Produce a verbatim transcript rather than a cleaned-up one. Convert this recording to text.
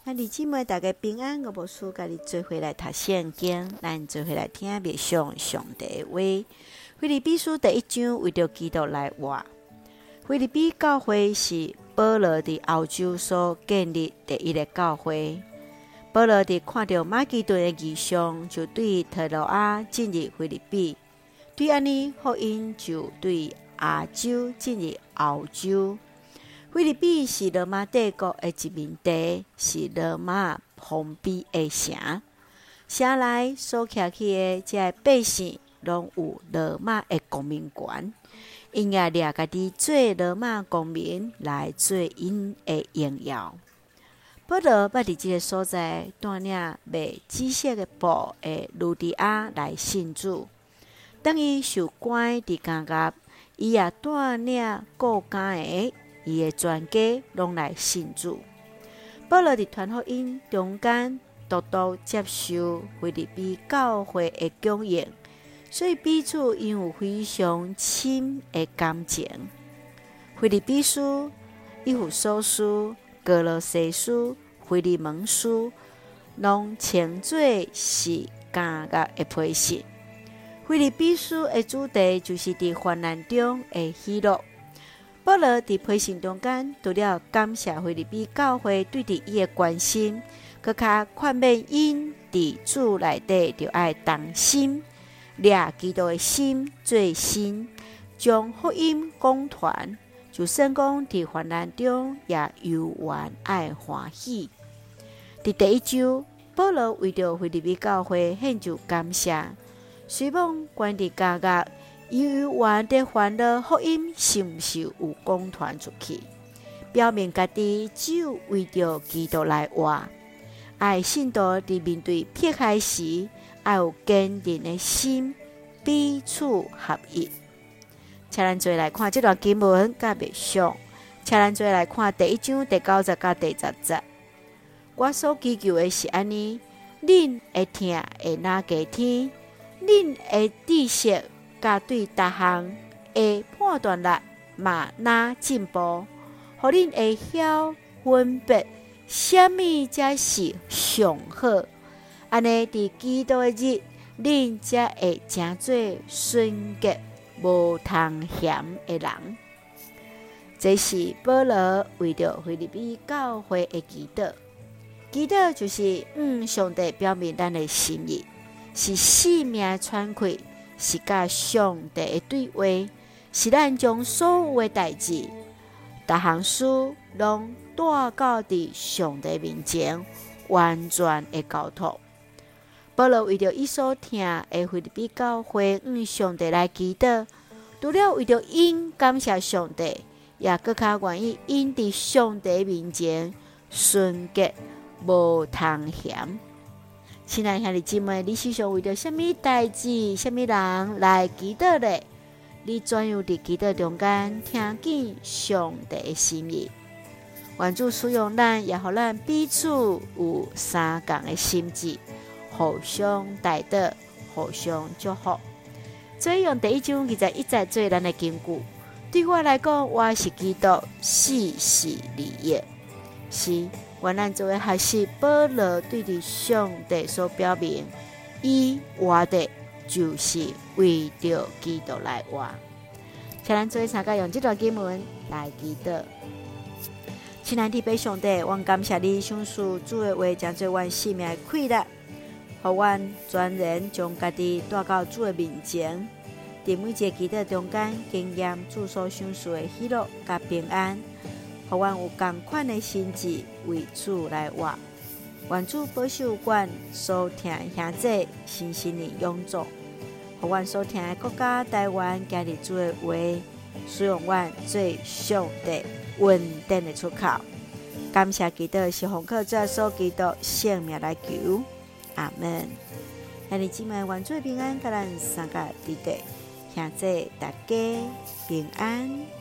兄弟姊妹大家平安，我无事，甲你做伙来读圣经，咱做伙来听默想上帝的话。腓立比书第一章为着基督来活。腓立比教会是保罗伫欧洲所建立第一个教会。保罗伫看到马其顿的异象，就对特罗亚进入腓立比，对安尼福音就对亚洲进入欧洲。腓立比是罗马帝国的殖民地，是罗马封闭的城。城内所徛起的这些百姓，拢有罗马的公民权，因也掠家己做罗马公民来做因的荣耀。保罗捌伫即个所在带领卖紫色的布的路底亚来信主，当伊受关伫监狱，伊也带领各家的伊的全家拢来信主。保罗伫传福音中间，独独接受腓立比教会的供应，所以彼此因有非常深的感情。腓立比书、以弗所书、哥罗西书、腓利门书，拢称作是监狱的批信。腓立比书的主题就是伫患难中的喜乐。保罗伫批信中间，除了感谢腓立比教会对伫伊的关心，更加劝勉因伫主内底就爱同心，掠基督的心做心，将福音讲传，就算讲伫患难中也犹原爱欢喜。伫第一章，保罗为着腓立比教会献上感谢，虽望关伫监狱，伊犹原伫烦恼福音是毋是有讲传出去，表明家己只有为着基督来活。爱信徒伫面对迫害时，爱有坚定的心，彼此合一。请咱做来看这段经文甲默想，请咱做来看第一章第九节甲第十节。我所祈求的是安尼：恁会听会哪加天，恁会知识甲对逐项的判断力嘛哪进步，互恁会晓分别什么才是上好。安尼伫基督的日，恁才会成做纯洁无通嫌的人。这是保罗为着腓立比教会的祈祷。祈祷就是向上帝表明咱的心意，是生命的喘气，是甲上帝的对话，是咱将所有的代志、逐项事拢带到伫上帝面前，完全的交托。保罗为着伊所听的腓立比教会向上帝来祈祷，除了为着因感谢上帝，也更加愿意因伫上帝面前纯洁无通嫌。亲爱兄弟姊妹，你时常为着什么代志、什么人来祈祷呢？你怎样伫祈祷中间听见上帝的心意？愿主使用咱，也互咱彼此有相共的心志，互相带导，互相祝福。所以用第一章二十一节做咱的根据。对我来讲，我是基督，死是利益。是愿咱做的学习保罗对伫上帝所表明，伊活的就是为着基督来活。请咱做参加用这段经文来祈祷。亲爱的弟上帝，我感谢你赏赐主的话，将做阮生命的快乐，互阮全然将家己带到主的面前。伫每一个祈祷中间，经验主所赏赐的喜乐甲平安，互阮有同款的心志为主来活。愿主保守阮所听兄弟心心的永驻，互阮所听的国家台湾家己主的话，使用阮做上帝稳定的出口。感谢基督是奉靠主所基督性命来求，阿门。兄弟姊妹，愿主平安，甲咱三个弟弟兄弟大家平安。